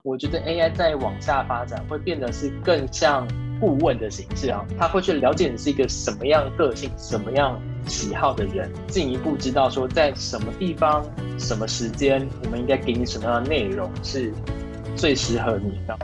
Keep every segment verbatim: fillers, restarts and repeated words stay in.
我觉得 A I 在往下发展会变得是更像顾问的形式啊，他会去了解你是一个什么样个性、什么样喜好的人，进一步知道说在什么地方、什么时间，我们应该给你什么样的内容是最适合你的。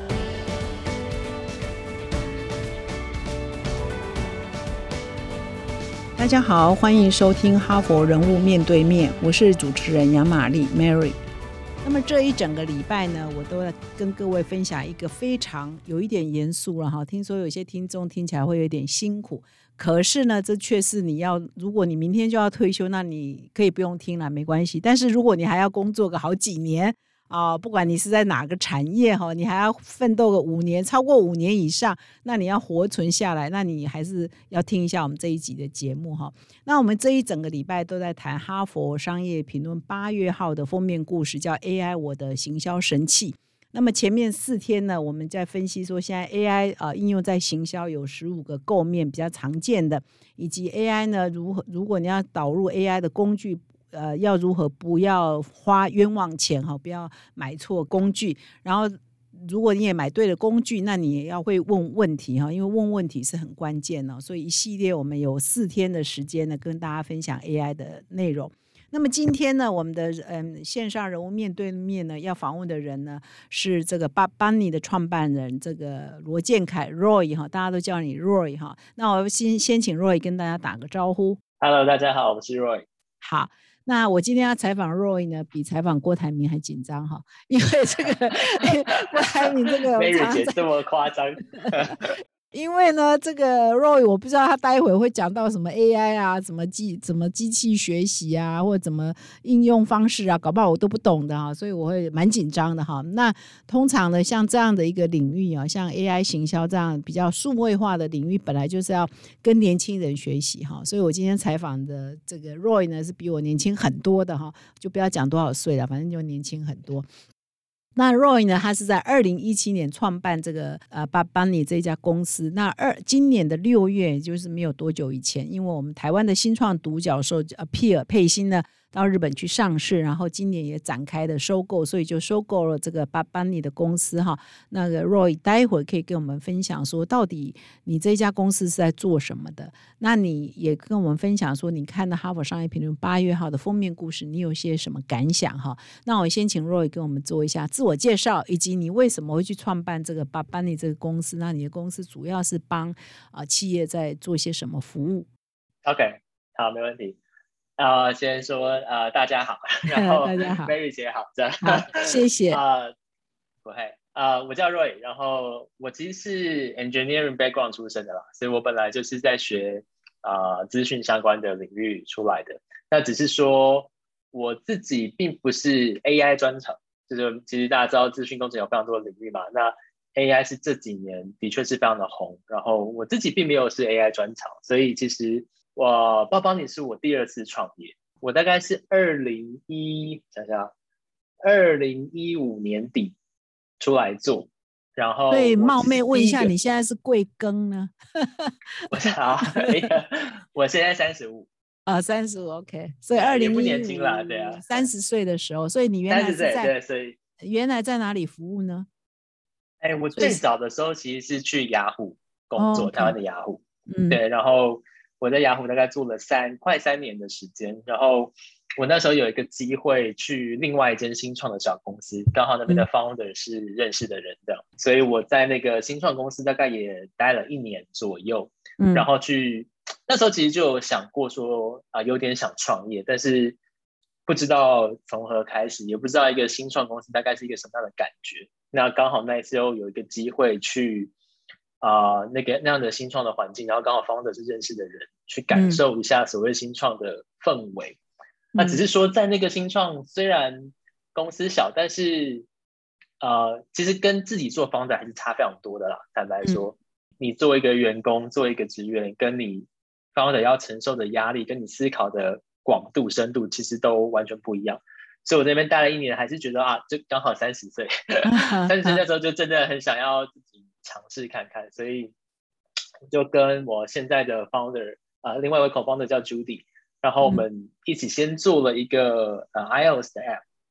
大家好，欢迎收听哈佛人物面对面，我是主持人杨玛丽 Mary。那么这一整个礼拜呢，我都要跟各位分享一个非常有一点严肃了哈。听说有些听众听起来会有点辛苦，可是呢，这却是你要，如果你明天就要退休，那你可以不用听了，没关系。但是如果你还要工作个好几年啊、呃，不管你是在哪个产业哈，你还要奋斗个五年，超过五年以上，那你要活存下来，那你还是要听一下我们这一集的节目哈。那我们这一整个礼拜都在谈哈佛商业评论八月号的封面故事，叫 A I 我的行销神器。那么前面四天呢，我们在分析说现在 A I 呃应用在行销有十五个构面比较常见的，以及 A I 呢如何如果你要导入 A I 的工具。呃，要如何不要花冤枉钱哈，不要买错工具。然后，如果你也买对了工具，那你也要会问问题哈，因为问问题是很关键的。所以一系列我们有四天的时间呢，跟大家分享 A I 的内容。那么今天呢，我们的嗯线上人物面对面呢，要访问的人呢是这个 Bunny 的创办人这个罗建凯 Roy 哈，大家都叫你 Roy 哈。那我先先请 Roy 跟大家打个招呼。 Hello， 大家好，我是 Roy。 好。那我今天要采访 Roy 呢，比采访郭台铭还紧张哈，因为这个郭台铭这个 Mary 姐这么夸张。 因为呢，这个 Roy 我不知道他待会会讲到什么 A I 啊，怎么机怎么机器学习啊，或者怎么应用方式啊，搞不好我都不懂的哈，所以我会蛮紧张的哈。那通常呢，像这样的一个领域啊，像 A I 行销这样比较数位化的领域，本来就是要跟年轻人学习哈。所以我今天采访的这个 Roy 呢，是比我年轻很多的哈，就不要讲多少岁了，反正就年轻很多。那 Roy 呢，他是在二零一七年创办这个呃 Bunny 这家公司。那二今年的六月，就是没有多久以前，因为我们台湾的新创独角兽 Appear 佩欣呢到日本去上市，然后今年也展开的收购，所以就收购了这个 Bunny 的公司哈。那个 Roy 待会可以跟我们分享说，到底你这家公司是在做什么的？那你也跟我们分享说，你看到哈佛商业评论八月号的封面故事，你有些什么感想哈？那我先请 Roy 跟我们做一下自我介绍，以及你为什么会去创办这个 Bunny 这个公司？那你的公司主要是帮、呃、企业在做些什么服务 ？OK， 好，没问题。呃，先说呃大家好，然后大家好 Mary 姐好，这样好，谢谢。 呃，不会，呃，我叫 Roy， 然后我其实是 engineering background 出身的啦，所以我本来就是在学呃资讯相关的领域出来的。那只是说我自己并不是 A I 专长，就是其实大家知道资讯工程有非常多的领域嘛，那 A I 是这几年的确是非常的红，然后我自己并没有是 A I 专长，所以其实我爸帮你是我第二次创业，我大概是二零一想想二零一五年底出来做，然后所以冒昧问一下，你现在是贵庚呢？ 我想我现在三十五啊，三十五 OK， 所以二零一五也不年轻啦，对啊， 三十岁的时候，所以你原来是在对，所以原来在哪里服务呢？ 哎，我最早的时候其实是去雅虎工作， oh, okay. 台湾的雅虎， 嗯， 对，然后我在雅虎大概做了三快三年的时间，然后我那时候有一个机会去另外一间新创的小公司，刚好那边的 founder 是认识的人的，嗯、所以我在那个新创公司大概也待了一年左右，嗯、然后去那时候其实就有想过说啊、呃，有点想创业，但是不知道从何开始，也不知道一个新创公司大概是一个什么样的感觉。那刚好那时候有一个机会去啊、呃、那个那样的新创的环境，然后刚好 founder 是认识的人，去感受一下所谓新创的氛围。嗯、那只是说在那个新创虽然公司小，但是呃其实跟自己做 founder 还是差非常多的啦。坦白说，嗯、你做一个员工，做一个职员，跟你 founder 要承受的压力，跟你思考的广度、深度，其实都完全不一样。所以我在那边待了一年，还是觉得啊，就刚好三十岁，三十岁那时候就真的很想要自己尝试看看，所以就跟我现在的 founder 啊、呃，另外一位 co-founder 叫 Judy， 然后我们一起先做了一个、呃、iOS 的 app，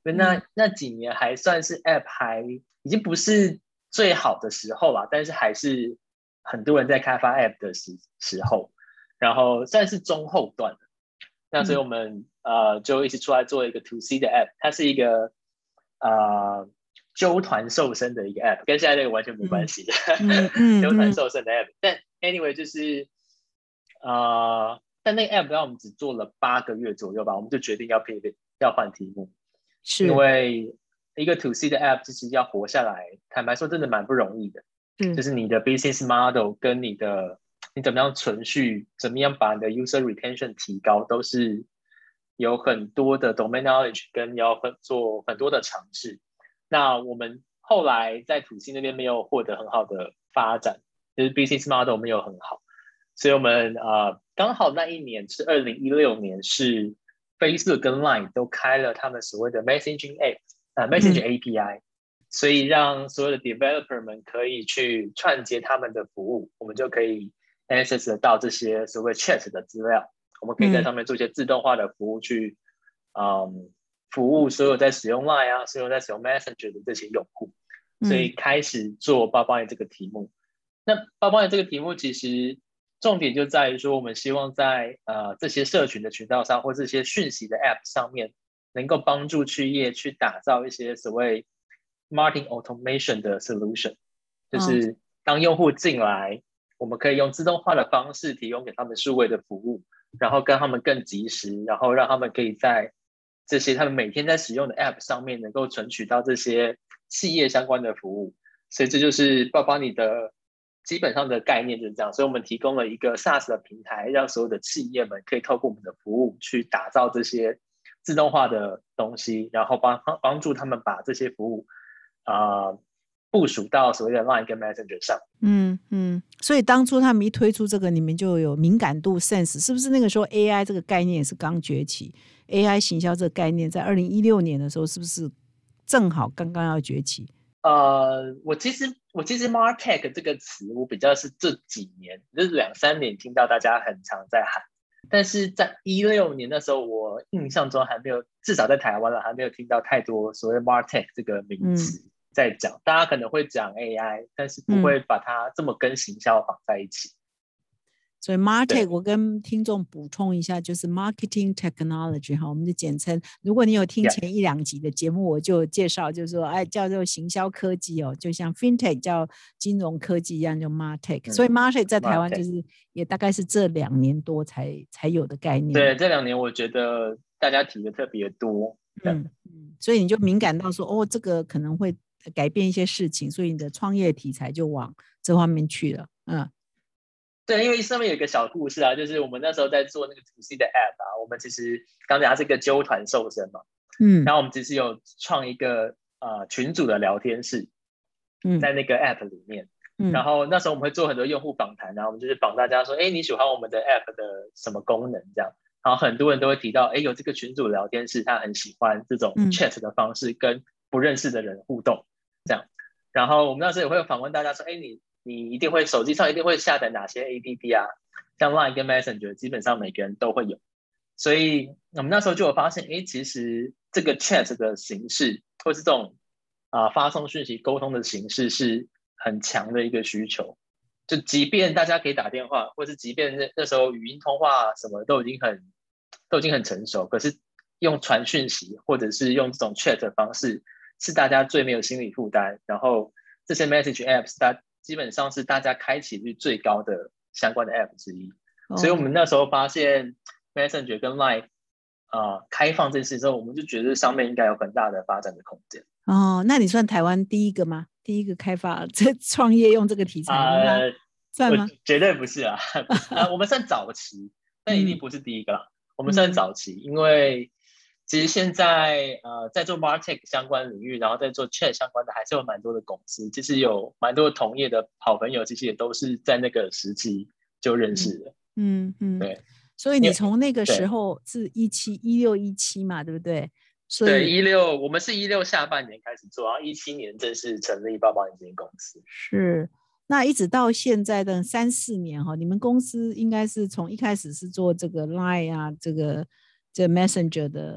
因为那、嗯、那几年还算是 App 还已经不是最好的时候啦，但是还是很多人在开发 App 的时时候，然后算是中后段的。那所以我们、嗯、呃就一起出来做一个 To C 的 App， 它是一个呃纠团瘦身的一个 App， 跟现在这个完全没关系的。嗯嗯、纠团瘦身的 App， 但 anyway 就是呃，但那个 App 让我们只做了八个月左右吧，我们就决定要 pivot， 要换题目，是因为一个 To C 的 App 其实要活下来，坦白说真的蛮不容易的。嗯、就是你的 business model 跟你的你怎么样存续，怎么样把你的 user retention 提高，都是有很多的 domain knowledge 跟要做很多的尝试。那我们后来在To C那边没有获得很好的发展，就是 business model 没有很好，所以我们呃刚好那一年是二零一六年，是 Facebook 跟 Line 都开了他们所谓的 messaging app， 呃 messaging A P I，、嗯、所以让所有的 developer 们可以去串接他们的服务，我们就可以 access 得到这些所谓 chat 的资料，我们可以在上面做一些自动化的服务去，嗯，服务所有在使用 Line 啊，所有在使用 Messenger 的这些用户，所以开始做包包眼这个题目。那包包眼这个题目其实重点就在于说，我们希望在呃这些社群的渠道上，或这些讯息的 App 上面，能够帮助企业去打造一些所谓 marketing automation 的 solution， 就是当用户进来，我们可以用自动化的方式提供给他们数位的服务，然后跟他们更及时，然后让他们可以在这些他们每天在使用的 App 上面能够存取到这些企业相关的服务。所以这就是包包你的基本上的概念就是这样，所以我们提供了一个 SaaS 的平台，让所有的企业们可以透过我们的服务去打造这些自动化的东西，然后 帮, 帮助他们把这些服务、呃、部署到所谓的 Line 跟 Messenger 上。 嗯嗯，所以当初他们一推出这个，你们就有敏感度 sense， 是不是那个时候 A I 这个概念也是刚崛起？ A I 行销这个概念在二零一六年的时候是不是正好刚刚要崛起？ 呃，我其实我其实 MarTech 这个词，我比较是这几年，就是两三年听到大家很常在喊，但是在一六年的时候，我印象中还没有，至少在台湾了，还没有听到太多所谓 MarTech 这个名词在讲、嗯。大家可能会讲 A I， 但是不会把它这么跟行销绑在一起。 所以 MarTech 我跟听众补充一下，就是 Marketing Technology 哈，我们就简称。如果你有听前一两集的节目，我就介绍，就是说，哎，叫做行销科技哦，就像 FinTech 叫金融科技一样，就 MarTech、嗯。所以 MarTech 在台湾就是也大概是这两年多才才有的概念。 对，这两年我觉得大家提的特别多。 嗯嗯，所以你就敏感到说，哦，这个可能会改变一些事情，所以你的创业题材就往这方面去了。嗯。 对，因为上面有一个小故事啊，就是我们那时候在做那个 To C 的 App 啊，我们其实刚才它是一个纠团瘦身嘛，嗯，然后我们其实有创一个呃群组的聊天室，嗯，在那个 App 里面，嗯，然后那时候我们会做很多用户访谈，然后我们就是访大家说，哎，你喜欢我们的 App 的什么功能这样，然后很多人都会提到，哎，有这个群组聊天室，他很喜欢这种 chat 的方式跟不认识的人互动这样，然后我们那时候也会访问大家说，哎，你你一定会手机上一定会下载哪些 A P P 啊？像 Line 跟 Messenger 基本上每个人都会有，所以我们那时候就有发现，哎，其实这个 chat 的形式，或是这种、呃、发送讯息沟通的形式是很强的一个需求。就即便大家可以打电话，或是即便 那, 那时候语音通话什么都已经很都已经很成熟，可是用传讯息或者是用这种 chat 的方式，是大家最没有心理负担，然后这些 message apps 大基本上是大家开启率最高的相关的 app 之一，哦、所以我们那时候发现 Messenger 跟 Line、呃、开放这件事之后，我们就觉得上面应该有很大的发展的空间。 哦，那你算台湾第一个吗？第一个开发这创业用这个题材的吗？呃、算吗？ 绝对不是啊，啊我们算早期，但一定不是第一个啦。嗯、我们算早期，因为其实现在呃在做 MarTech 相关领域，然后在做 Chat 相关的，还是有蛮多的公司。其实有蛮多同业的好朋友，其实也都是在那个时期就认识的。 嗯嗯，对。所以你从那个时候是一七一六一七嘛，对不对？所以对，一六我们是一六下半年开始做，然后一七年正式成立包包眼这间公司。 是，那一直到现在的三四年哈，你们公司应该是从一开始是做这个 Line 啊，这个这 Messenger 的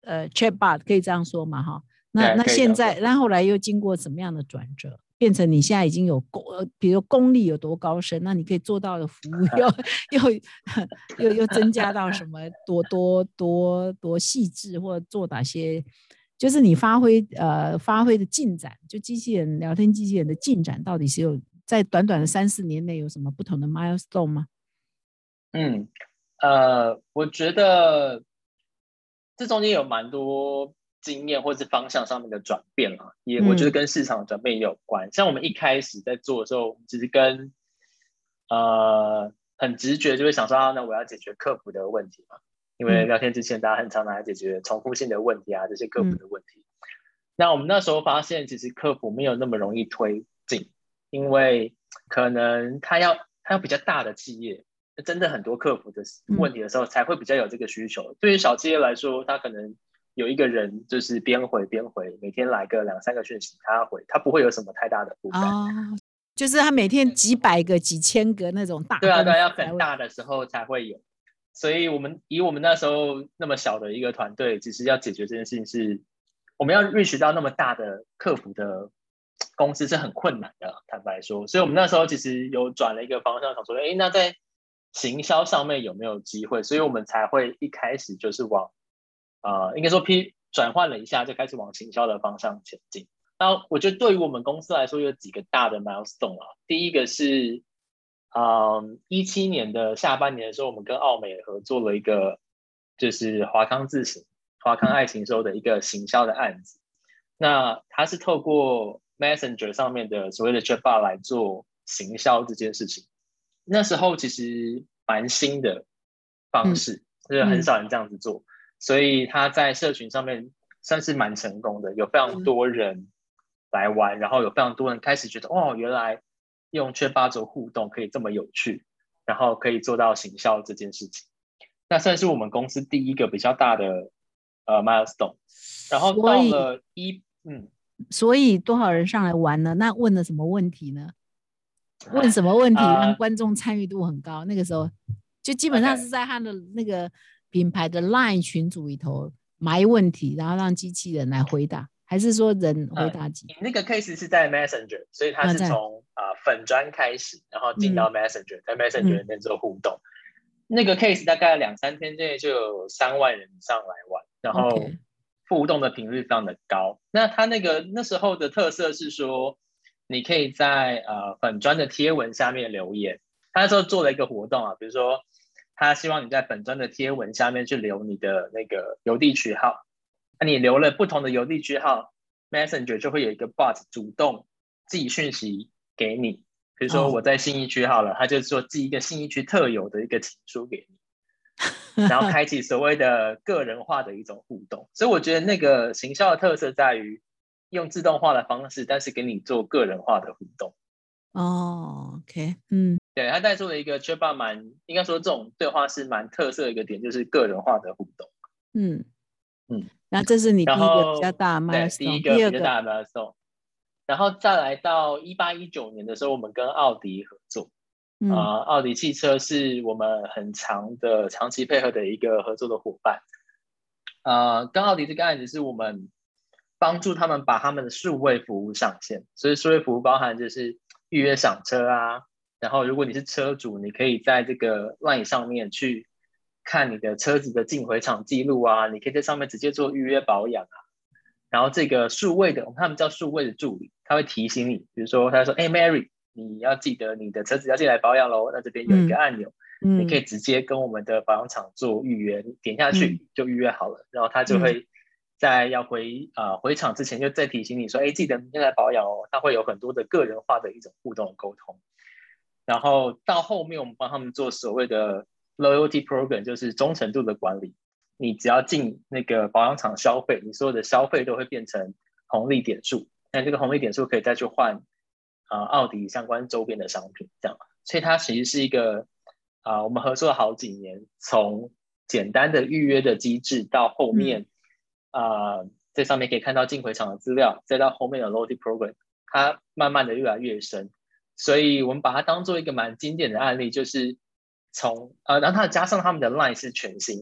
呃 chatbot 可以这样说嘛哈？那那可以这样现在， 说。 那后来又经过什么样的转折，变成你现在已经有功，呃比如功力有多高深，那你可以做到的服务又又又又增加到什么多多多多细致，或者做哪些，就是你发挥呃发挥的进展，就机器人聊天机器人的进展，到底是有在短短的三四年内有什么不同的 milestone 吗？ 嗯，呃，我觉得这中间有蛮多经验或是方向上面的转变啦，也我觉得嗯跟市场的转变也有关。像我们一开始在做的时候，只是跟呃很直觉就会想说，啊，那我要解决客服的问题嘛，因为嗯聊天之前大家很常拿来解决重复性的问题啊，这些客服嗯的问题。那我们那时候发现，其实客服没有那么容易推进，因为可能他要他要比较大的企业，真的很多客服的嗯问题的时候，才会比较有这个需求。对于小企业来说，他可能有一个人就是边回边回，每天来个两三个讯息，他要回，他不会有什么太大的负担。 哦，就是他每天几百个、几千个那种大对啊，对公啊，要司才会。 很大的时候才会有。所以我们以我们那时候那么小的一个团队，其实要解决这件事情是，我们要 reach 到那么大的客服的公司是很困难的，坦白说。所以我们那时候其实有转了一个方向，想说，哎，那在行销上面有没有机会？所以我们才会一开始就是往，呃，应该说 P 转换了一下，就开始往行销的方向前进。那我觉得对于我们公司来说，有几个大的 milestone 啊。第一个是，嗯，一七年的下半年的时候，我们跟奥美合作了一个就是华康自行、华康爱情收的一个行销的案子。那它是透过 Messenger 上面的所谓的 chatbot 来做行销这件事情。那时候其实蛮新的方嗯式，就是很嗯少人这样子做，所以他在社群上面算是蛮成功的，有非常嗯多人来玩，然后有非常多人开始觉得，哦，原来用缺八做互动可以这么有趣，然后可以做到行销这件事情。那算是我们公司第一个比较大的呃 milestone。然后到所以了一嗯所以多少人上来玩呢？那问了什么问题呢？问什么问题让啊、 观众参与度很高？那个时候就基本上是 OK。 在他的那个品牌的 LINE 群组里头埋问题，然后让机器人来回答，还是说人回呃， 答机？ 你那个 case 是在 Messenger，所以它啊， 是在从啊、呃粉砖开始，然后进嗯到 Messenger，在 Messenger 里嗯面做互动。那个 case 大概两三天之内就有三万人以上来玩，然后 ，OK， 互动的频率非常的高。那它那个那时候的特色是说，你可以在呃粉砖的贴文下面留言。他那时候做了一个活动啊，比如说他希望你在粉砖的贴文下面去留你的那个邮递区号，那你留了不同的邮递区号，Messenger 就会有一个 bot 主动寄讯息给你。比如说哦， 我在信义区好了，他就说寄一个信义区特有的一个情书给你，然后开启所谓的个人化的一种互动。所以我觉得那个行销的特色在于用自动化的方式，但是给你做个人化的互动。 哦，OK，嗯对，他带出了一个 Chatbot 蛮应该说这种对话是蛮特色的一个点，就是个人化的互动。 嗯， 嗯， 那这是你然第一个比较后大的对第一 milestone，第二个， 个比较大的 milestone。然后再来到一八一九年的时候，我们跟奥迪合作。呃， 嗯奥迪汽车是我们很长的长期配合的一个合作的伙伴。呃，跟奥迪这个案子是我们帮助他们把他们的数位服务上线，所以数位服务包含就是预约赏车啊，然后如果你是车主，你可以在这个 LINE 上面去看你的车子的进回厂记录啊，你可以在上面直接做预约保养啊。然后这个数位的，他们叫数位的助理，他会提醒你，比如说他说，哎、欸、，Mary，你要记得你的车子要进来保养咯，那这边有一个嗯按钮，你可嗯以直接跟我们的保养厂做预约，你点下嗯去就预约好了，然后他就嗯会在要回呃回厂之前就再提醒你说，哎，记得明天来保养哦，他会有很多的个人化的一种互动沟通。然后到后面我们帮他们做所谓的 loyalty program， 就是忠诚度的管理。你只要进那个保养厂消费，你所有的消费都会变成红利点数，那这个红利点数可以再去换呃奥迪相关周边的商品，这样。所以它其实是一个啊、呃，我们合作了好几年，从简单的预约的机制到后面啊、呃，在上面可以看到进回厂的资料，再到后面的 loyalty program， 它慢慢的越来越深。所以我们把它当做一个蛮经典的案例，就是从呃，然后它加上他们的 LINE 是全新的，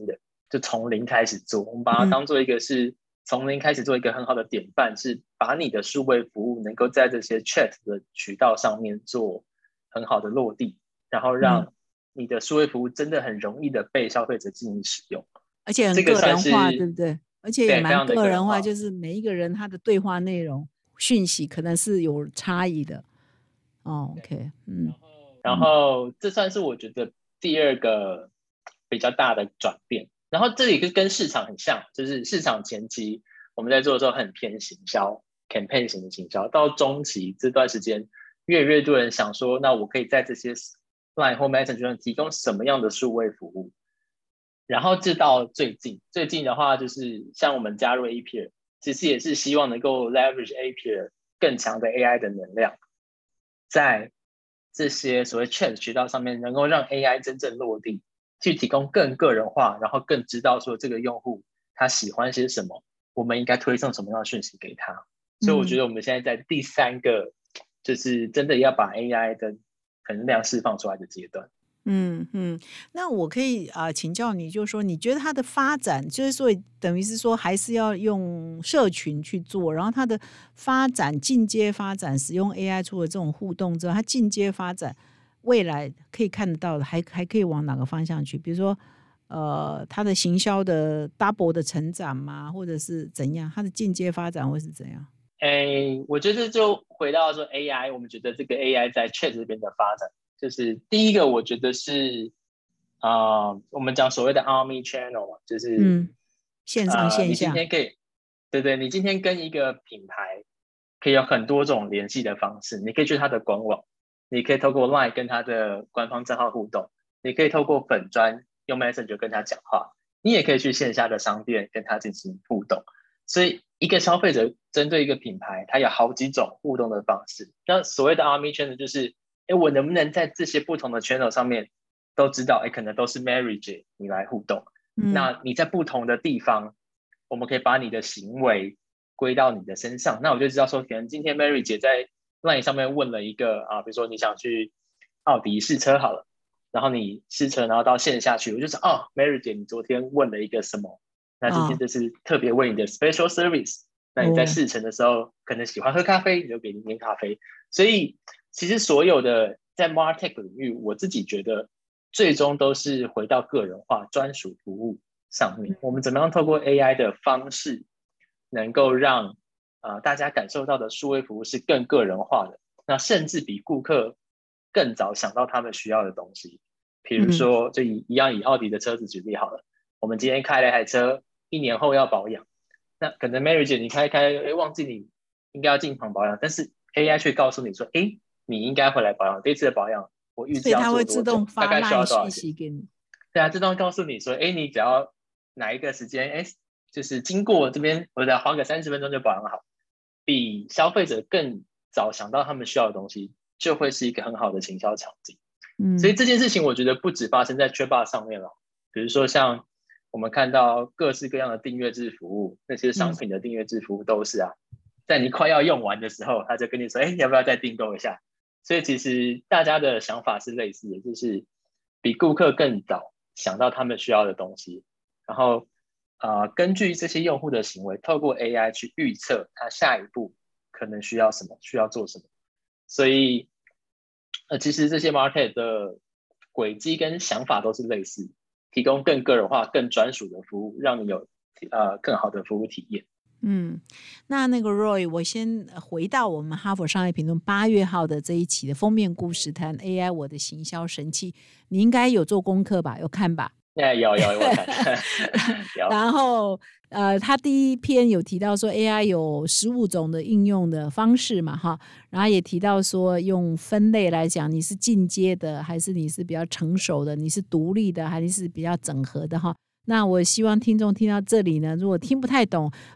就从零开始做，我们把它当做一个是从零开始做一个很好的典范，是把你的数位服务能够在这些 chat 的渠道上面做很好的落地，然后让你的数位服务真的很容易的被消费者进行使用， 而且很个人化，对不对？而且也蛮个人化，就是每一个人他的对话内容讯息可能是有差异的。哦 OK 嗯， 然后这算是我觉得第二个比较大的转变。然后这里跟市场很像，就是市场前期我们在做的时候很偏行销 campaign 型的行销，到中期这段时间越来越多人想说，那我可以在这些 Line 或 Messenger 上提供什么样的数位服务。然后直到最近最近的话，就是像我们加入 Appier， 其实也是希望能够 leverage Appier 更强的 A I 的能量，在这些所谓 chat 渠道上面能够让 A I 真正落地，去提供更个人化，然后更知道说这个用户他喜欢些什么，我们应该推送什么样的讯息给他。所以我觉得我们现在在第三个就是真的要把 A I 的能量释放出来的阶段。 嗯嗯，那我可以啊、呃、请教你，就是说你觉得它的发展，就是说等于是说还是要用社群去做，然后它的发展进阶发展，使用 A I 除了这种互动之后，它进阶发展未来可以看得到的，还还可以往哪个方向去？比如说呃，它的行销的 double 的成长吗？或者是怎样？它的进阶发展会是怎样？ 诶，我觉得就回到说 A I， 我们觉得这个 A I 在 Chat 这边的发展，就是第一个我觉得是啊、呃，我们讲所谓的 Omni Channel， 就是嗯，线上线下、呃、 你今天可以，对对，你今天跟一个品牌可以有很多种联系的方式，你可以去他的官网，你可以透过 Line 跟他的官方账号互动，你可以透过粉专用 Messenger 跟他讲话，你也可以去线下的商店跟他进行互动。所以一个消费者针对一个品牌，他有好几种互动的方式。那所谓的 Omni Channel 就是，哎，我能不能在这些不同的 channel 上面都知道，哎，可能都是 Mary J 你来互动、嗯。那你在不同的地方，我们可以把你的行为归到你的身上。那我就知道说，可能今天 Mary 姐在 Line 上面问了一个啊，比如说你想去奥迪试车好了，然后你试车，然后到线下去，我就说哦 ，Mary 姐，你昨天问了一个什么？那今天这是特别为你的 special service、哦、那你在试乘的时候可能喜欢喝咖啡，你就给你点咖啡。所以其实所有的在 MarTech 领域，我自己觉得最终都是回到个人化专属服务上面。我们怎么样透过 A I 的方式能够让、呃、大家感受到的数位服务是更个人化的，那甚至比顾客更早想到他们需要的东西。比如说就一样以奥迪的车子举例好了，我们今天开了一台车，一年后要保养，那可能 Mary 姐你开开，哎，忘记你应该要进行保养，但是 A I 却告诉你说，哎，你应该回来保养，这次的保养我预计要做多久，大概需要多少钱？给你对啊，自动告诉你说，哎，你只要哪一个时间，哎，就是经过这边，我只要花个三十分钟就保养好，比消费者更早想到他们需要的东西，就会是一个很好的行销场景。嗯，所以这件事情我觉得不只发生在 Chatbot 上面了，比如说像我们看到各式各样的订阅制服务，那些商品的订阅制服务都是啊，在你快要用完的时候，他就跟你说，哎，要不要再订购一下？所以其实大家的想法是类似的，就是比顾客更早想到他们需要的东西，然后、呃、根据这些用户的行为，透过 A I 去预测他下一步可能需要什么，需要做什么。所以呃，其实这些 market 的轨迹跟想法都是类似，提供更个人化、更专属的服务，让你有呃更好的服务体验。 嗯，那那个 Roy， 我先回到我们哈佛商业评论八月号的这一期的封面故事，谈 A I 我的行销神器，你应该有做功课吧？有看吧？ 有有有看然后呃，他第一篇有提到说 A I 有十五种的应用的方式嘛，哈，然后也提到说用分类来讲，你是进阶的，还是你是比较成熟的，你是独立的，还是比较整合的哈。那我希望听众听到这里呢，如果听不太懂，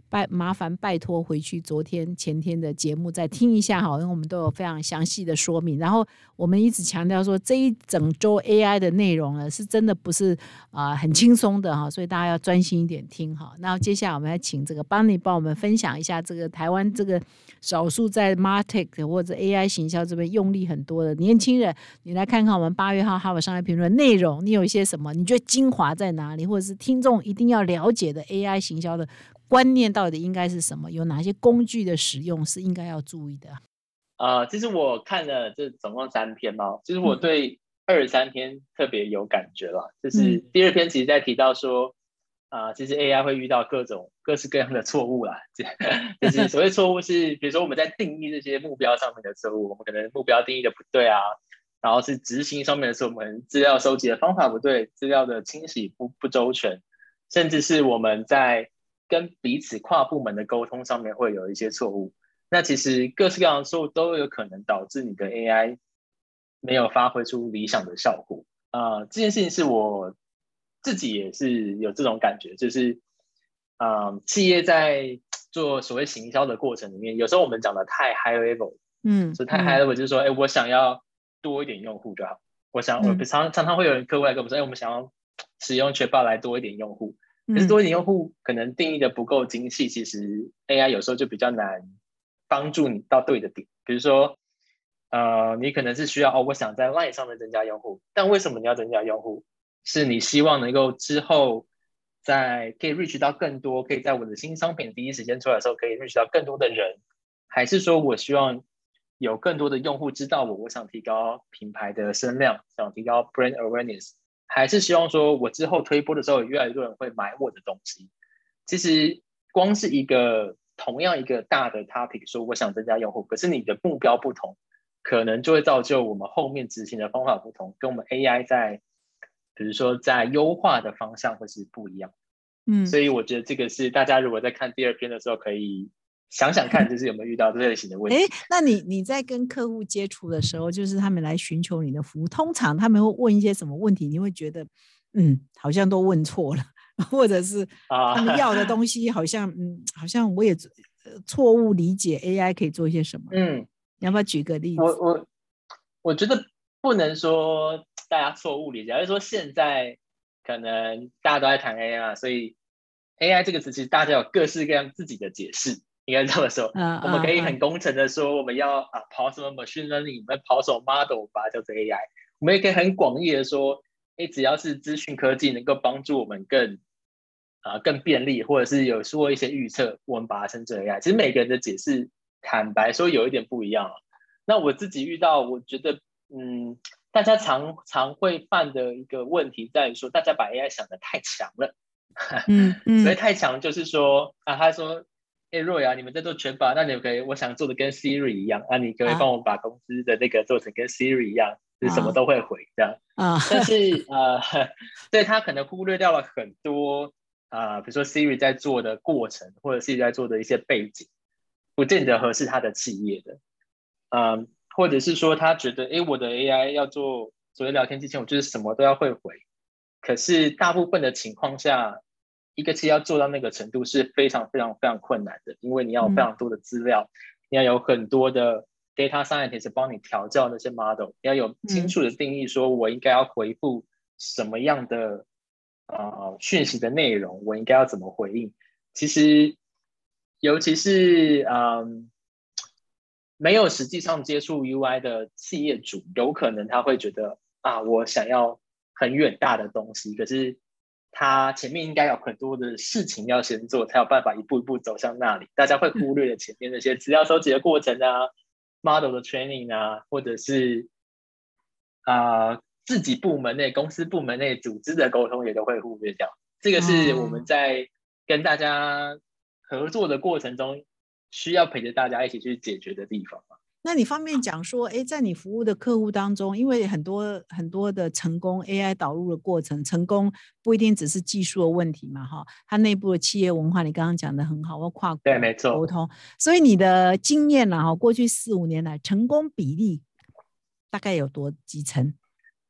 拜麻烦拜托回去昨天前天的节目再听一下哈，因为我们都有非常详细的说明。然后我们一直强调说这一整周 A I 的内容呢是真的不是啊、呃、很轻松的哈，所以大家要专心一点听哈。那接下来我们来请这个 Bonnie 帮我们分享一下这个台湾这个少数在 Martech 或者 A I 行销这边用力很多的年轻人，你来看看我们八月号哈佛商业评论内容，你有一些什么？你觉得精华在哪里？或者是听众一定要了解的 A I 行销的观念到底应该是什么？有哪些工具的使用是应该要注意的？ 呃，其实我看了这总共三篇嘛，其实我对二三篇特别有感觉啦。嗯、就是第二篇其实在提到说，啊、呃，其实 A I 会遇到各种各式各样的错误啦。就是所谓错误是，比如说我们在定义这些目标上面的错误，我们可能目标定义的不对啊，然后是执行上面的时候，我们资料收集的方法不对，资料的清洗不不周全，甚至是我们在跟彼此跨部门的沟通上面会有一些错误。那其实各式各样的错误都有可能导致你的 A I 没有发挥出理想的效果。呃，这件事情是我自己也是有这种感觉，就是，呃，企业在做所谓行销的过程里面，有时候我们讲的太 high level， 嗯，所以太 high level 就是说，哎、嗯，我想要多一点用户就好。我想，我常常常会有人客户来跟我们说，哎，我们想要使用Chatbot来多一点用户，可是多一点用户可能定义的不够精细，其实 A I 有时候就比较难帮助你到对的点。比如说，呃，你可能是需要哦，我想在 Line 上面增加用户，但为什么你要增加用户？是你希望能够之后在可以 reach 到更多，可以在我的新商品第一时间出来的时候可以 reach 到更多的人，还是说我希望有更多的用户知道我，我想提高品牌的声量，想提高 brand awareness， 还是希望说我之后推播的时候有越来越多人会买我的东西？其实光是一个同样一个大的 topic 说我想增加用户，可是你的目标不同，可能就会造就我们后面执行的方法不同，跟我们 A I 在比如说在优化的方向会是不一样。嗯，所以我觉得这个是大家如果在看第二篇的时候可以想想看，就是有没有遇到这类型的问题。 那你你在跟客户接触的时候，就是他们来寻求你的服务，通常他们会问一些什么问题？你会觉得嗯好像都问错了，或者是他们要的东西好像、啊、嗯好像我也错误理解 A I 可以做一些什么。嗯，你要不要举个例子？ 我我我觉得不能说大家错误理解，而是说现在可能大家都在谈 A I 嘛，所以 A I 这个词其实大家有各式各样自己的解释，应该这么说。嗯、我们可以很工程的说我们要、啊、跑什么 machine learning， 我们跑什么 model 把它叫做 A I。我们也可以很广义的说，哎，只要是资讯科技能够帮助我们更啊、呃、更便利，或者是有做一些预测，我们把它称之为 A I。其实每个人的解释坦白说有一点不一样、啊、那我自己遇到，我觉得嗯，大家常常会犯的一个问题在于说，大家把 A I 想得太强了。嗯嗯，所以太强就是说啊，他说，哎、欸，若雅，你们在做全把，那你可以，我想做的跟 Siri 一样，啊，你可以帮我把公司的那个做成跟 Siri 一样，就是什么都会回这样。啊，但是呃，对他可能忽略掉了很多啊、呃，比如说 Siri 在做的过程，或者 Siri 在做的一些背景，不见得合适他的企业的。嗯，或者是说他觉得，哎，我的 A I 要做所谓聊天机器人，我就是什么都要会回。可是大部分的情况下，一个企业要做到那个程度是非常非常非常困难的，因为你要有非常多的资料，嗯、你要有很多的 data scientist 帮你调教那些 model， 你要有清楚的定义，说我应该要回复什么样的呃讯息的内容，我应该要怎么回应。其实，尤其是嗯。没有实际上接触 U I 的企业主，有可能他会觉得啊，我想要很远大的东西，可是他前面应该有很多的事情要先做，才有办法一步一步走向那里。大家会忽略了前面那些资料收集的过程啊 ，model 的 training 啊，或者是啊、呃、自己部门内、公司部门内组织的沟通也都会忽略掉。这个是我们在跟大家合作的过程中，需要陪着大家一起去解决的地方。 那你方便讲说，哎，在你服务的客户当中，因为很多很多的成功 A I 导入的过程，成功不一定只是技术的问题嘛，哈，它内部的企业文化，你刚刚讲的很好，要跨国沟通，所以你的经验啦，哈，过去四五年来，成功比例大概有多几成？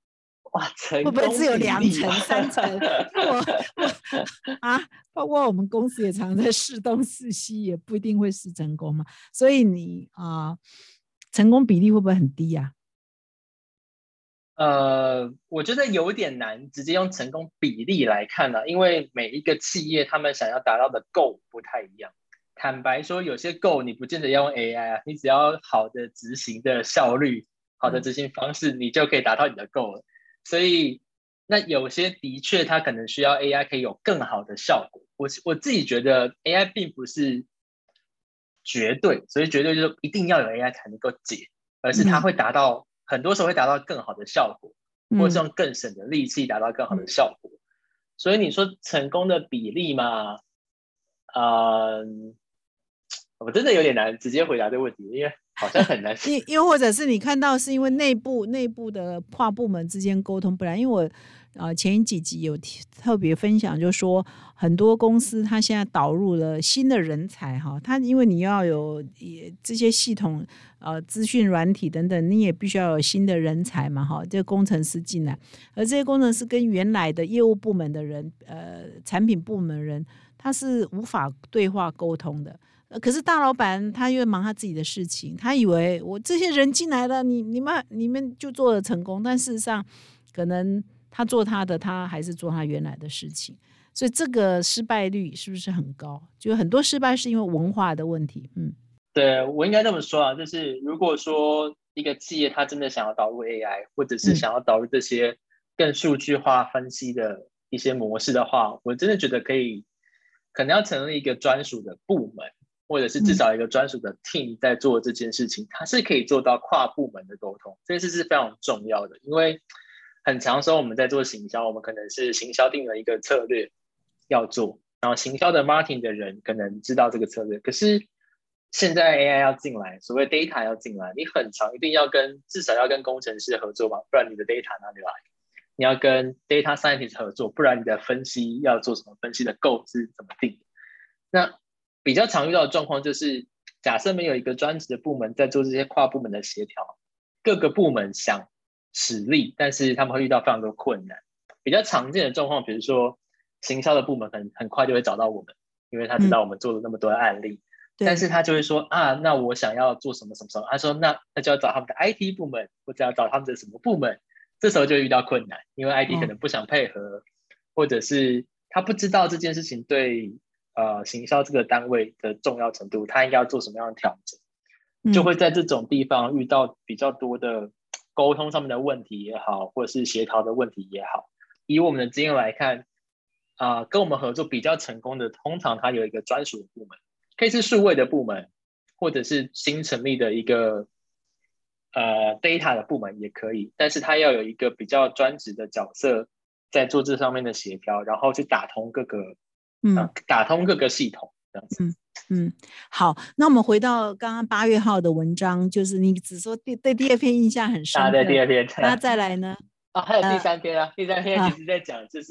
哇，成会不会只有功比两成、 例吧三成？因为我我啊，包括我们公司也常在试东试西，也不一定会试成功嘛。所以你啊、成功比例会不会很低啊？ 呃，我觉得有点难直接用成功比例来看呢、因为每一个企业他们想要达到的 goal 不太一样。坦白说，有些 goal 你不见得要用 A I 啊，你只要好的执行的效率、好的嗯执行方式，你就可以达到你的 goal 了。所以，那有些的确它可能需要 A I 可以有更好的效果。我我自己觉得 A I 并不是绝对，所以绝对就是一定要有 A I 才能够解，而是它嗯会达到很多时候会达到更好的效果。或是嗯用更省的力气达到更好的嗯效果。所以你说成功的比例嘛，嗯，我真的有点难直接回答这个问题，因为好像很难。 因因为或者是你看到是因为内部内部的跨部门之间沟通不良，因为我呃前几集有特别分享，就说很多公司它现在导入了新的人才哈，它因为你要有这些系统呃资讯软体等等，你也必须要有新的人才嘛哈，这个工程师进来，而这些工程师跟原来的业务部门的人呃产品部门的人，他是无法对话沟通的。可是大老板他又忙他自己的事情，他以为我这些人进来了，你你们你们就做了成功，但事实上可能他做他的，他还是做他原来的事情，所以这个失败率是不是很高？就很多失败是因为文化的问题。嗯， 对，我应该这么说啊，就是如果说一个企业它真的想要导入 A I，或者是嗯想要导入这些更数据化分析的一些模式的话，我真的觉得可以，可能要成立一个专属的部门，或者是至嗯少一个专属的 team 在做这件事情，它是可以做到跨部门的沟通，这件事是非常重要的。因为很长时候我们在做行销，我们可能是行销定了一个策略要做，然后行销的 marketing 的人可能知道这个策略，可是现在 A I 要进来，所谓 data 要进来，你很长一定要跟至少要跟工程师合作嘛，不然你的 data 哪里来？你要跟 data scientist 合作，不然你的分析要做什么？分析的构是怎么定的？那比较常遇到的状况就是，假设没有一个专职的部门在做这些跨部门的协调，各个部门想使力，但是他们会遇到非常多困难。比较常见的状况，比如说行销的部门很很快就会找到我们，因为他知道我们做了那么多的案例，但是他就会说啊，那我想要做什么什么什么，他说那那就要找他们的 I T 部门，或者要找他们的什么部门，这时候就遇到困难，因为 I T 可能不想配合，哦、或者是他不知道这件事情对呃行销这个单位的重要程度，他应该要做什么样的调整，就会在这种地方遇到比较多的沟通上面的问题也好，或者是协调的问题也好。以我们的经验来看，啊、呃，跟我们合作比较成功的，通常它有一个专属的部门。可以是数位的部门，或者是新成立的一个呃 data 的部门也可以，但是它要有一个比较专职的角色在做这上面的协调，然后去打通各个嗯、呃、打通各个系统这样子。 嗯嗯，好，那我们回到刚刚八月号的文章，就是你只说对对第二篇印象很深刻， 啊，对第二篇， 那再来呢？ 啊，还有第三篇啊，呃、第三篇其实在讲就是。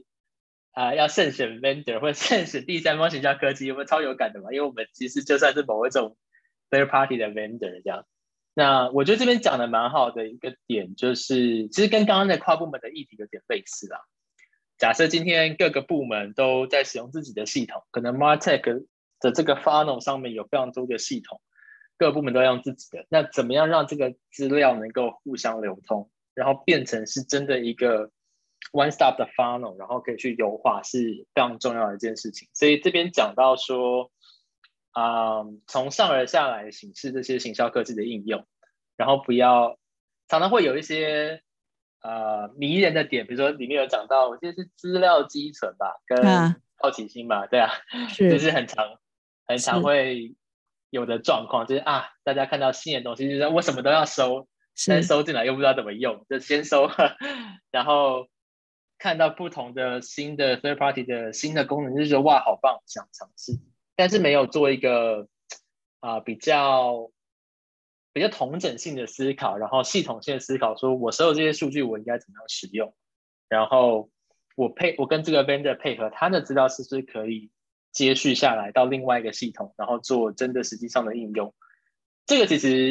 啊、呃，要慎选 vendor 或者慎选第三方行销科技，有没有超有感的嘛？因为我们其实就算是某一种 third party 的 vendor 这样。那我觉得这边讲的蛮好的一个点，就是其实跟刚刚的跨部门的议题有点类似啦。假设今天各个部门都在使用自己的系统，可能 MarTech 的这个 funnel 上面有非常多的系统，各个部门都要用自己的，那怎么样让这个资料能够互相流通，然后变成是真的一个one stop 的 funnel， 然后可以去优化，是非常重要的一件事情。所以这边讲到说，嗯，从上而下来显示这些行销科技的应用，然后不要常常会有一些呃迷人的点，比如说里面有讲到，我记得是资料积存吧，跟好奇心吧，啊、对啊，是就是很常很常会有的状况，就是啊，大家看到新的东西，就是我什么都要收，但收进来又不知道怎么用，就先收，然后。看到不同的新的 third party 的新的功能，就觉得哇，好棒，想尝试，但是没有做一个啊、呃、比较比较统整性的思考，然后系统性的思考，说我所有这些数据我应该怎么样使用，然后我配我跟这个 vendor 配合，他的资料是不是可以接续下来到另外一个系统，然后做真的实际上的应用。这个其实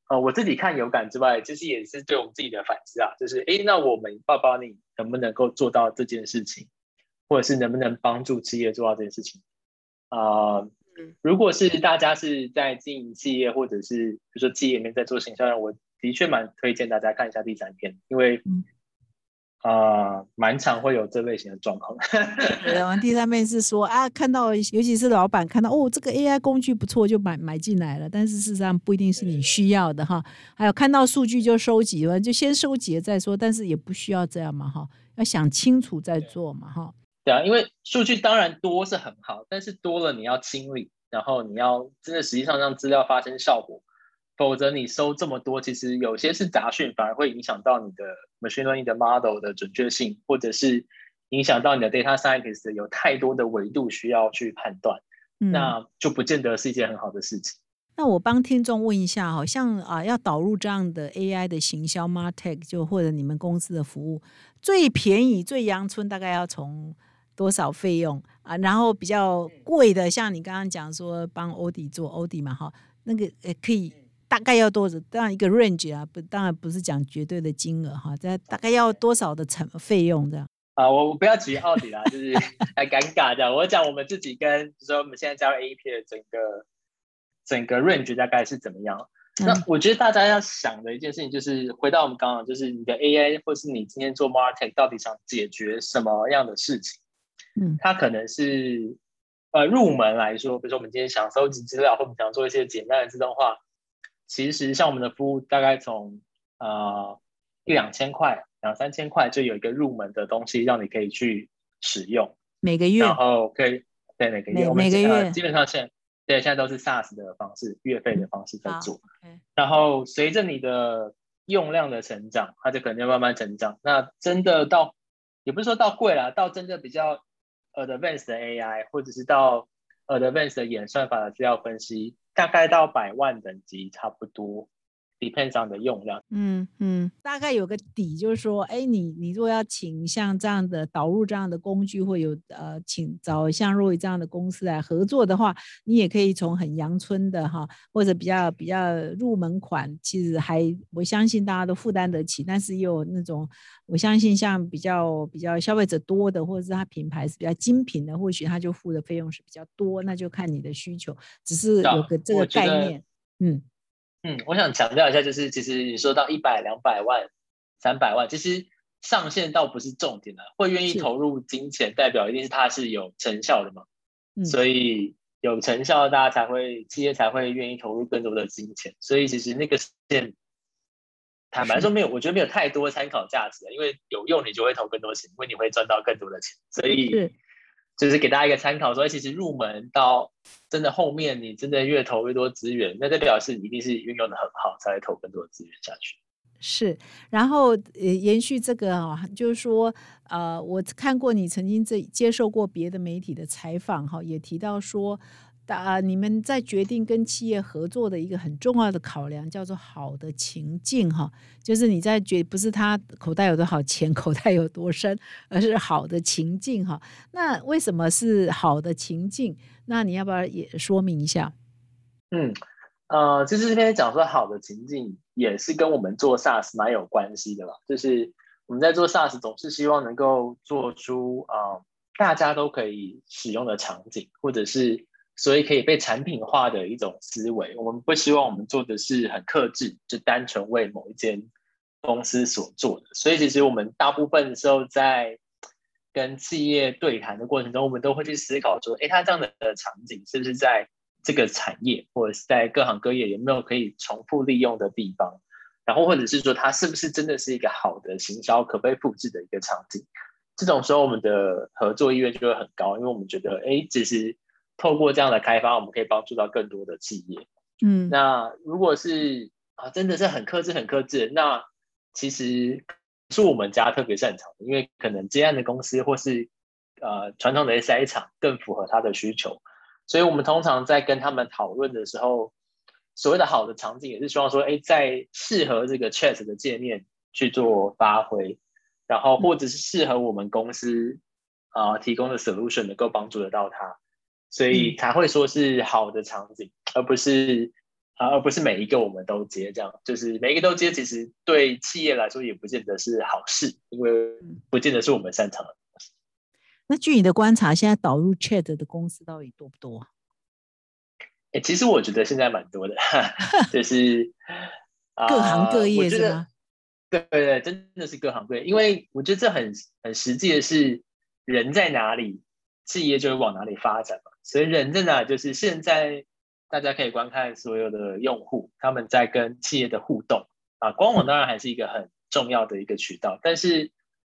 呃，我自己看有感之外，其实也是对我们自己的反思啊，就是诶，那我们报报你能不能够做到这件事情，或者是能不能帮助企业做到这件事情啊、呃如果是大家是在经营企业，或者是比如说企业里面在做行销人，我的确蛮推荐大家看一下第三篇，因为啊，蛮、呃、常会有这类型的状况。 对，我们第三面是说啊，看到尤其是老板看到哦，这个 A I 工具不错，就买买进来了，但是事实上不一定是你需要的哈。还有看到数据就收集了，就先收集了再说，但是也不需要这样嘛哈，要想清楚再做嘛哈。 对啊，因为数据当然多是很好，但是多了你要清理，然后你要真的实际上让资料发生效果，否则你收这么多，其实有些是杂讯，反而会影响到你的 machine learning 的 model 的准确性，或者是影响到你的 data scientist 有太多的维度需要去判断，嗯、那就不见得是一件很好的事情。 那我帮听众问一下，好像啊，要导入这样的 A I 的行销 Martech， 就或者你们公司的服务，最便宜、最阳春大概要从多少费用啊？然后比较贵的，像你刚刚讲说帮欧迪做欧迪嘛，哈，那个呃可以大概要多少？当然一个 range 啊，不，当然不是讲绝对的金额哈，这大概要多少的成费用这样？ 啊，我我不要举奥迪啦，就是太尴尬这样。我讲我们自己跟，比如说我们现在加入 A E P 的整个整个 range 大概是怎么样？嗯、那我觉得大家要想的一件事情就是，回到我们刚刚，就是你的 A I 或是你今天做 Martech 到底想解决什么样的事情？嗯，它可能是呃入门来说，比如说我们今天想收集资料，或者想做一些简单的自动化，其实像我们的服务大概从呃一两千块。两三千块就有一个入门的东西让你可以去使用， 每个月， 然后可以对每个月， 每我们每个月、 呃、基本上现在对现在都是 SaaS 的方式，月费的方式在做。 嗯、 然后随着你的用量的成长，它就可能要慢慢成长。那真的到也不是说到贵啦，到真的比较 advanced 的 A I， 或者是到 advanced 的演算法的资料分析，大概到百万等级差不多。depends on 的用量， 嗯嗯，大概有个底，就是说，哎，你你如果要请像这样的导入这样的工具，或有呃请找像Roy这样的公司来合作的话，你也可以从很阳春的哈，或者比较比较入门款，其实还我相信大家都负担得起，但是又有那种我相信像比较比较消费者多的，或者是它品牌是比较精品的，或许他就付的费用是比较多，那就看你的需求，只是有个这个概念，嗯。 嗯，我想强调一下，就是其实你说到一百、两百万、三百万，其实上限倒不是重点了。会愿意投入金钱，代表一定是它是有成效的嘛。嗯、所以有成效，大家才会企业才会愿意投入更多的金钱。所以其实那个线，坦白说没有，我觉得没有太多参考价值，因为有用你就会投更多钱，因为你会赚到更多的钱。所以就是给大家一个参考，说其实入门到真的后面，你真的越投越多资源，那代表是一定是运用的很好，才会投更多的资源下去。 是，然后呃，延续这个哈、哦，就是说，呃，我看过你曾经这接受过别的媒体的采访哈、哦，也提到说，啊，你们在决定跟企业合作的一个很重要的考量叫做好的情境哈、哦，就是你在决不是他口袋有多少钱，口袋有多深，而是好的情境哈、哦。那为什么是好的情境？那你要不要也说明一下？ 嗯。呃，其实这边讲说好的情境也是跟我们做 SaaS 蛮有关系的啦。就是我们在做 SaaS 总是希望能够做出呃大家都可以使用的场景，或者是所以可以被产品化的一种思维。我们不希望我们做的是很客制，就单纯为某一间公司所做的。所以其实我们大部分的时候在跟企业对谈的过程中，我们都会去思考说，哎，它这样的场景是不是在这个产业或者是在各行各业有没有可以重复利用的地方，然后或者是说它是不是真的是一个好的行销可被复制的一个场景。这种时候我们的合作意愿就会很高，因为我们觉得哎，其实透过这样的开发我们可以帮助到更多的企业。嗯，那如果是啊真的是很客制很客制，那其实是我们家特别擅长的，因为可能接案的公司或是呃传统的 S I 厂更符合他的需求。所以我们通常在跟他们讨论的时候，所谓的好的场景也是希望说，哎，在适合这个 Chat 的界面去做发挥，然后或者是适合我们公司啊、呃、提供的 solution 能够帮助得到他，所以才会说是好的场景，而不是啊，而不是每一个我们都接，这样就是每一个都接，其实对企业来说也不见得是好事，因为不见得是我们擅长的。 那据你的观察，现在导入 Chat 的公司到底多不多？ 欸、其实我觉得现在蛮多的，就是各行各啊、呃我觉得业是吗？ 对对对，真的是各行各业，因为我觉得这很很实际的是，人在哪里，企业就会往哪里发展嘛。所以人在哪，就是现在大家可以观看所有的用户他们在跟企业的互动啊，官网当然还是一个很重要的一个渠道，但是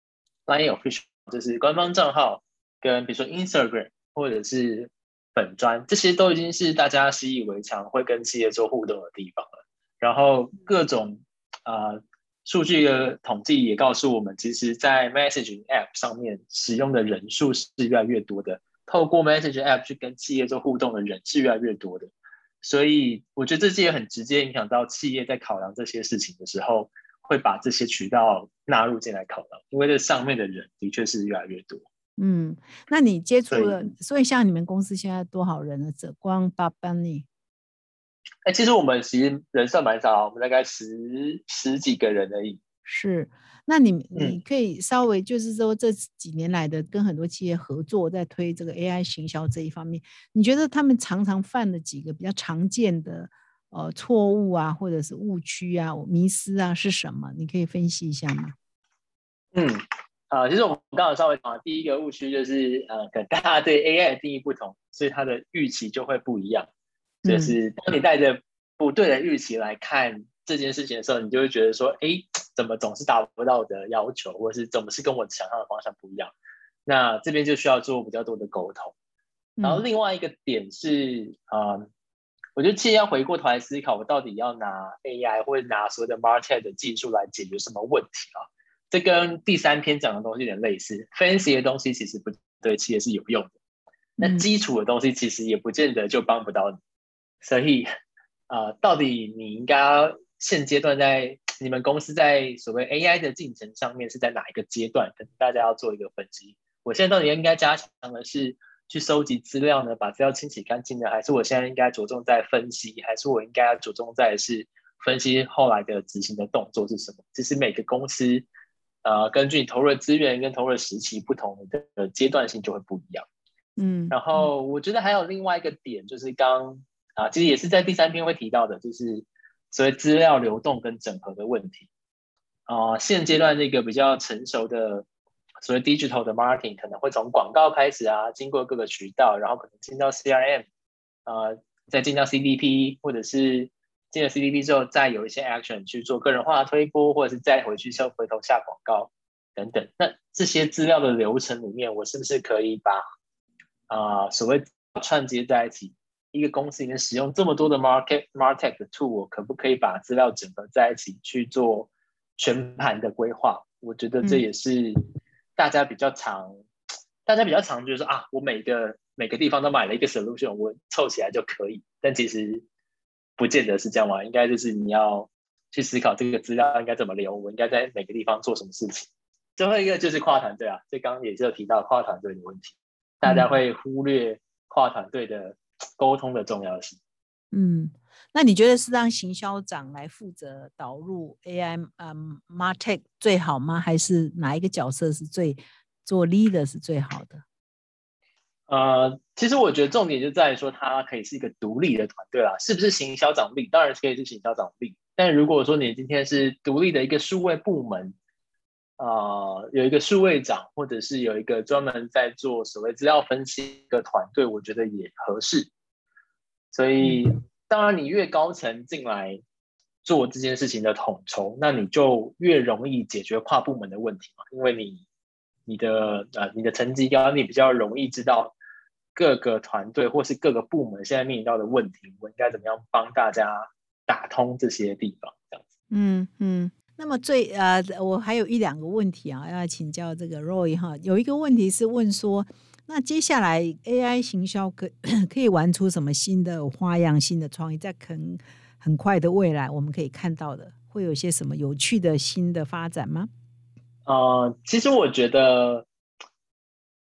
Line Official 就是官方账号跟比如说 Instagram 或者是粉专，这些都已经是大家习以为常会跟企业做互动的地方了。然后各种啊、呃数据的统计也告诉我们，其实，在 Messaging App 上面使用的人数是越来越多的，透过 Messaging App 去跟企业做互动的人是越来越多的。所以，我觉得这些也很直接影响到企业在考量这些事情的时候，会把这些渠道纳入进来考量，因为这上面的人的确是越来越多。 嗯，那你接触所以， 了，所以像你们公司现在多少人呢？这光八班里哎，其实我们其实人算蛮少，我们大概十十几个人而已。 是，那你你嗯。 可以稍微就是说这几年来的跟很多企业合作，在推这个 A I 行销这一方面，你觉得他们常常犯的几个比较常见的呃错误啊，或者是误区啊、迷思啊是什么？你可以分析一下吗？ 嗯，啊、其实我们刚刚稍微讲，第一个误区就是，呃，可能大家对 A I 的定义不同，所以它的预期就会不一样。就嗯是当你带着不对的预期来看这件事情的时候，你就会觉得说，哎，怎么总是达不到我的要求，或者是怎么是跟我想象的方向不一样？那这边就需要做比较多的沟通。然后嗯另外一个点是，啊、呃，我觉得企业要回过头来思考，我到底要拿 A I 或者拿所谓的 MarTech 的技术来解决什么问题啊？这跟第三篇讲的东西有点类似，fancy 的东西其实不对企业是有用的，那嗯基础的东西其实也不见得就帮不到你。所以，呃，到底你应该现阶段在你们公司在所谓 A I 的进程上面是在哪一个阶段？可能大家要做一个分析。我现在到底应该加强的是去收集资料呢，把资料清洗干净呢，还是我现在应该着重在分析，还是我应该着重在是分析后来的执行的动作是什么？其实每个公司，呃，根据你投入的资源跟投入的时期不同的阶段性就会不一样。 嗯然后我觉得还有另外一个点，就是刚啊，其实也是在第三篇会提到的，就是所谓资料流动跟整合的问题。啊、呃现阶段这个比较成熟的所谓 digital 的 marketing 可能会从广告开始啊，经过各个渠道，然后可能进到 C R M，呃，再进到 C D P，或者是进了 C D P 之后，再有一些 action 去做个人化的推播，或者是再回去再回头下广告等等。那这些资料的流程里面，我是不是可以把啊、呃、所谓串接在一起？一个公司里面使用这么多的 market martech 的 tool，我可不可以把资料整合在一起去做全盘的规划？我觉得这嗯也是大家比较常，大家比较常就是说啊，我每个每个地方都买了一个 solution，我凑起来就可以。但其实不见得是这样嘛，应该就是你要去思考这个资料应该怎么流，我应该在每个地方做什么事情。最后一个就是跨团队啊，这刚刚也是有提到跨团队的问题，大家嗯会忽略跨团队的沟通的重要性。 嗯，那你觉得是让行销长来负责导入 A I 嗯 MarTech 最好吗？还是哪一个角色是最做 leader 是最好的？ 呃，其实我觉得重点就在于说，它可以是一个独立的团队啦。是不是行销长力？当然可以是行销长力。但如果说你今天是独立的一个数位部门，呃，有一个数位长，或者是有一个专门在做所谓资料分析的团队，我觉得也合适。所以，当然你越高层进来做这件事情的统筹，那你就越容易解决跨部门的问题嘛，因为你你的呃你的层级高，你比较容易知道各个团队或是各个部门现在面临到的问题，我应该怎么样帮大家打通这些地方，这样子。 嗯嗯。那么最呃，我还有一两个问题啊，要请教这个 Roy 哈。有一个问题是问说，那接下来 A I 行销可可以玩出什么新的花样、新的创意，在很很快的未来，我们可以看到的，会有一些什么有趣的新的发展吗？ 呃，其实我觉得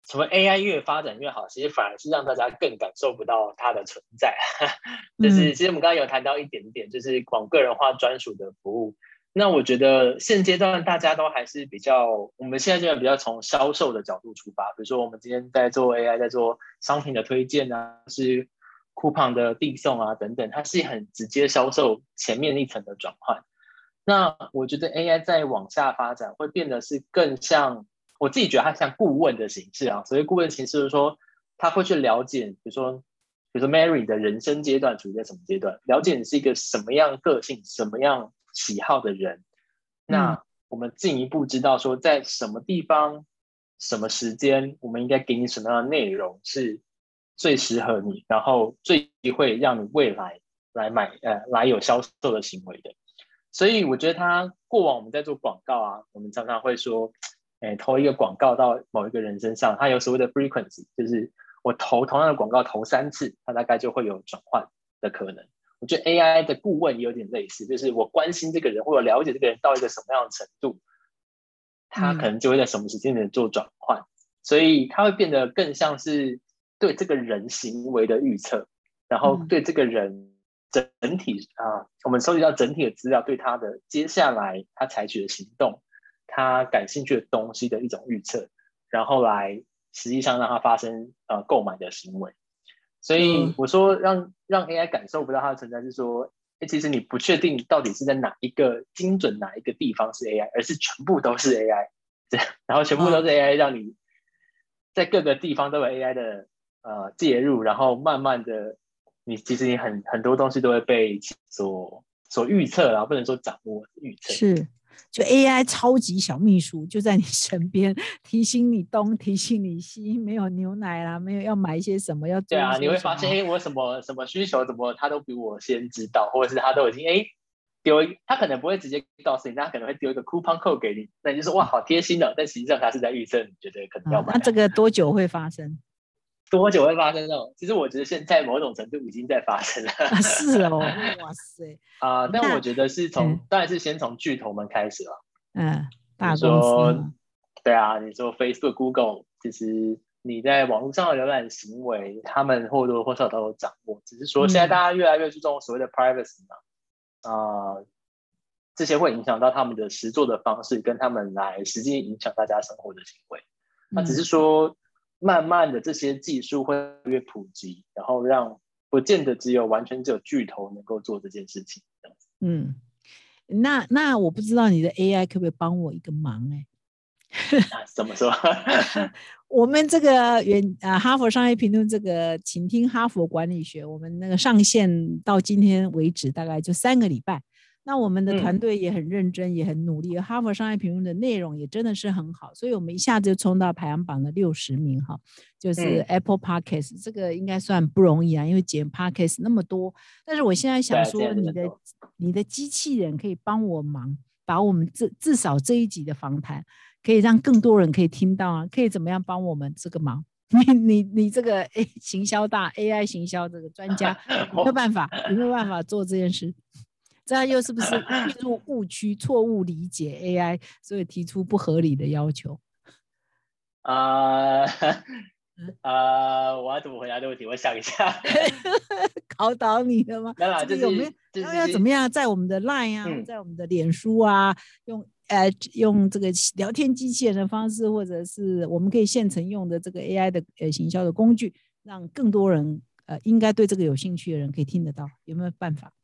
什么 A I 越发展越好，其实反而是让大家更感受不到它的存在。就是其实我们刚刚有谈到一点点，就是往个人化专属的服务。那我觉得现阶段大家都还是比较，我们现在阶段比较从销售的角度出发，比如说我们今天在做 A I， 在做商品的推荐啊，是coupon的递送啊等等，它是很直接销售前面一层的转换。那我觉得 A I 在往下发展会变得是更像，我自己觉得它像顾问的形式啊。所谓顾问形式就是说，他会去了解，比如说，比如说 Mary 的人生阶段处于在什么阶段，了解你是一个什么样个性、什么样喜好的人。那我们进一步知道说，在什么地方、什么时间，我们应该给你什么样的内容是最适合你，然后最会让你未来来买呃来有销售的行为的。所以我觉得他过往我们在做广告啊，我们常常会说，哎，投一个广告到某一个人身上，他有所谓的 frequency， 就是我投同样的广告投三次，他大概就会有转换的可能。我觉得 A I 的顾问也有点类似，就是我关心这个人或者了解这个人到一个什么样的程度，他可能就会在什么时间点做转换，嗯、所以他会变得更像是对这个人行为的预测，然后对这个人整体啊、呃，我们收集到整体的资料，对他的接下来他采取的行动，他感兴趣的东西的一种预测，然后来实际上让他发生呃购买的行为。所以我说让让 A I 感受不到它的存在，是说，其实你不确定到底是在哪一个精准哪一个地方是 A I， 而是全部都是 A I， 然后全部都是 A I， 让你在各个地方都有 A I 的呃介入，然后慢慢的，你其实你很很多东西都会被所所预测，然后不能说掌握预测是。就 A I 超级小秘书就在你身边，提醒你东，提醒你西，没有牛奶啦，没有要买一些什么，要做一些什么。 对啊，你会发现，哎，我什么什么需求，怎么他都比我先知道，或者是他都已经哎丢，他可能不会直接告诉你，但他可能会丢一个 coupon code 给你，那你就说哇，好贴心的，但实际上他是在预测你觉得可能要买、啊嗯。那这个多久会发生？ 多久会发生呢？其实我觉得现在某种程度已经在发生了。 啊、是哦，哇塞啊、呃！但我觉得是从、 嗯， 当然是先从巨头们开始了。 嗯，大公司。 对啊，你说 Facebook、Google， 其实你在网络上的浏览行为，他们或多或少都有掌握。只是说现在大家越来越注重所谓的 privacy 嘛，啊、嗯呃，这些会影响到他们的实作的方式，跟他们来实际影响大家生活的行为。那只是说，慢慢的这些技术会越普及，然后让不见得只有完全只有巨头能够做这件事情。这样子。 嗯，那那我不知道你的 A I 可不可以帮我一个忙哎、 欸啊？怎么说？ 我们这个原啊哈佛商业评论这个请听哈佛管理学，我们那个上线到今天为止大概就三个礼拜。那我们的团队也很认真、嗯、也很努力，哈佛商业评论的内容也真的是很好，所以我们一下子就冲到排行榜的六十名哈，就是 Apple Podcast、嗯、这个应该算不容易啊，因为剪 Podcast 那么多。但是我现在想说，你的你的机器人可以帮我忙，把我们这至少这一集的访谈可以让更多人可以听到啊，可以怎么样帮我们这个忙？你你你这个 A 行销大 A I 行销这个专家，有没有办法？有没有办法做这件事？这样又是不是进入误区、错误理解 A I， 所以提出不合理的要求？ 啊、呃，呃，我要怎么回答这个问题？我想一下。 考倒你了吗？ 没有啦，就是有没有、就是、要怎么样在我们的 Line 啊，嗯、在我们的脸书啊，用呃用这个聊天机器人的方式，或者是我们可以现成用的这个 A I 的呃行销的工具，让更多人呃应该对这个有兴趣的人可以听得到，有没有办法？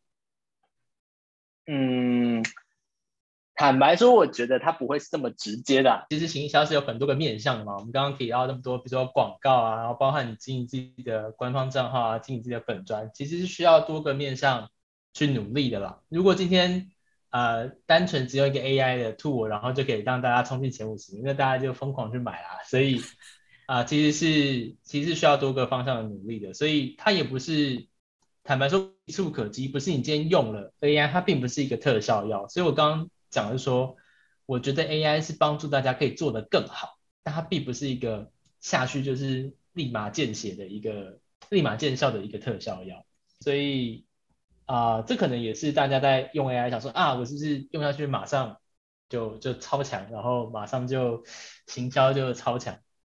嗯，坦白说，我觉得它不会是这么直接的、啊。其实行销是有很多个面向的嘛，我们刚刚提到那么多，比如说广告啊，然后包含你经营自己的官方账号啊，经营自己的粉专，其实是需要多个面向去努力的啦。如果今天呃单纯只有一个 A I 的 tool， 然后就可以让大家冲进前五十名，那大家就疯狂去买啦。所以啊、呃，其实是其实是需要多个方向的努力的，所以它也不是。坦白说一触可及，不是你今天用了 A I， 它并不是一个特效药。所以我刚刚讲的是说，我觉得 A I 是帮助大家可以做得更好，但它并不是一个下去就是立马见血的一个立马见效的一个特效药。所以啊、呃，这可能也是大家在用 A I 想说啊，我是不是用下去马上就就超强，然后马上就行销就超强。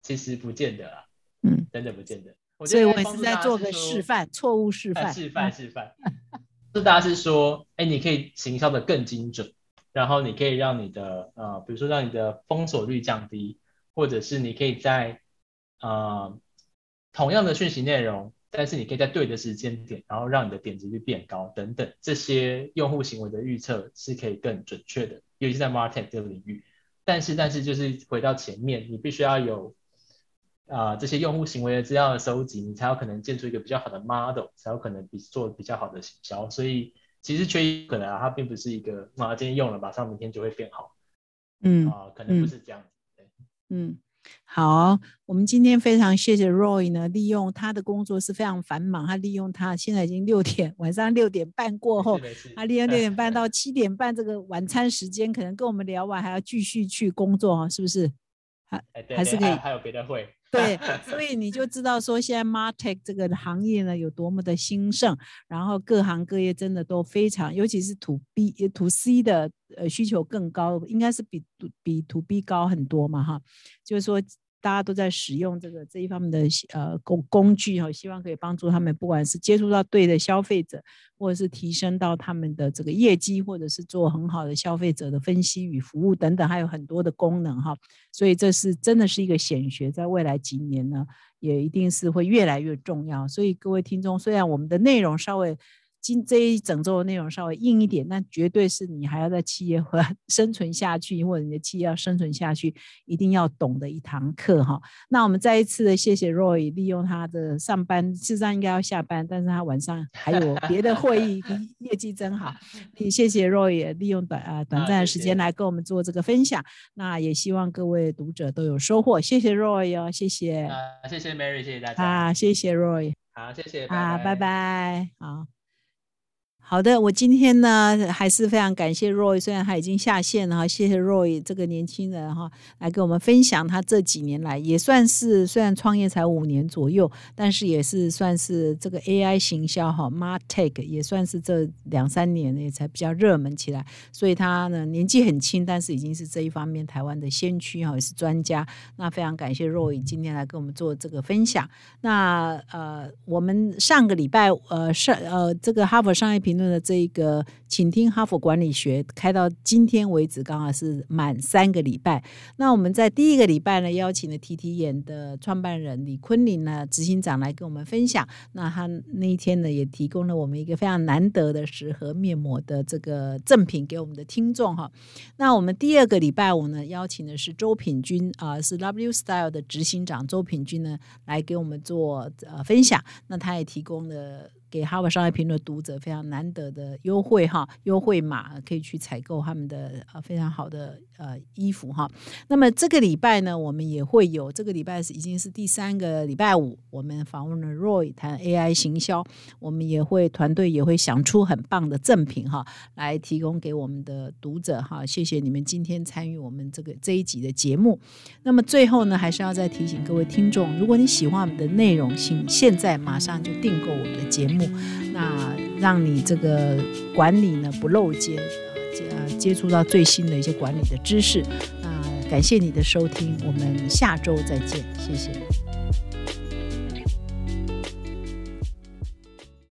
其实不见得啦， 嗯， 真的不见得。我所以我也是觉得应该帮助大在做个家是说示范，错误示范， 呃示范示范，是大家是说，哎，你可以行销的更精准，然后你可以让你的呃，比如说让你的封锁率降低，或者是你可以在呃同样的讯息内容，但是你可以在对的时间点，然后让你的点击率变高等等，这些用户行为的预测是可以更准确的，尤其在 MarTech 这个领域。但是但是就是回到前面，你必须要有啊、呃、这些用户行为的资料的收集，你才有可能建出一个比较好的 model， 才有可能比做比较好的行销。所以其实缺一可能啊，它并不是一个啊今天用了马上明天就会变好， 嗯啊、呃、可能不是这样子。对， 嗯，好，我们今天非常谢谢 Roy 呢，利用他的工作是非常繁忙，他利用他现在已经六点，晚上六点半过后， 没事没事他利用六点半到七点半这个晚餐时间，可能跟我们聊完还要继续去工作哈，是不是？还哎对对， 还是可以。 还有还有别的会。 对，所以你就知道说现在 MarTech 这个行业呢有多么的兴盛，然后各行各业真的都非常，尤其是 To B、To C 的呃需求更高，应该是比比 To B 高很多嘛哈，就是说大家都在使用这个这一方面的呃工工具哈，希望可以帮助他们，不管是接触到对的消费者，或者是提升到他们的这个业绩，或者是做很好的消费者的分析与服务等等，还有很多的功能哈。所以这是真的是一个显学，在未来几年呢，也一定是会越来越重要。所以各位听众，虽然我们的内容稍微今这一整周的内容稍微硬一点，但绝对是你还要在企业生存下去，或者你的企业要生存下去，一定要懂的一堂课哈。那我们再一次的谢谢 Roy 利用他的上班，事实上应该要下班，但是他晚上还有别的会议，业绩真好。也谢谢 Roy 利用短啊、呃、短暂的时间来跟我们做这个分享。那也希望各位读者都有收获。谢谢 Roy 哦，谢谢。 啊，谢谢 Mary， 谢谢大家。 啊，谢谢 Roy。 好，谢谢， 啊， 拜拜。 拜拜。好。好的，我今天呢还是非常感谢 Roy， 虽然他已经下线了哈，谢谢 Roy 这个年轻人哈，来跟我们分享他这几年来也算是，虽然创业才五年左右，但是也是算是这个 A I 行销哈 MarTech 也算是这两三年也才比较热门起来，所以他呢年纪很轻，但是已经是这一方面台湾的先驱哈，也是专家。那非常感谢 Roy 今天来跟我们做这个分享。那呃，我们上个礼拜呃上呃这个哈佛商业评论的这一个请听哈佛管理学开到今天为止刚好是满三个礼拜。那我们在第一个礼拜呢邀请了 T T 眼的创办人李昆霖呢执行长来跟我们分享，那他那一天呢也提供了我们一个非常难得的十盒面膜的这个赠品给我们的听众哈。那我们第二个礼拜五呢邀请的是周品君啊、呃，是 W Style 的执行长周品君呢来给我们做呃分享，那他也提供了给哈佛商业评论读者非常难得的优惠哈，优惠码可以去采购他们的呃非常好的呃衣服哈。那么这个礼拜呢，我们也会有，这个礼拜是已经是第三个礼拜五，我们访问了 Roy 谈 A I 行销，我们也会团队也会想出很棒的赠品哈，来提供给我们的读者哈。谢谢你们今天参与我们这个这一集的节目。那么最后呢，还是要再提醒各位听众，如果你喜欢我们的内容，请现在马上就订购我们的节目。那让你这个管理呢不漏接，呃接触到最新的一些管理的知识。那感谢你的收听，我们下周再见，谢谢。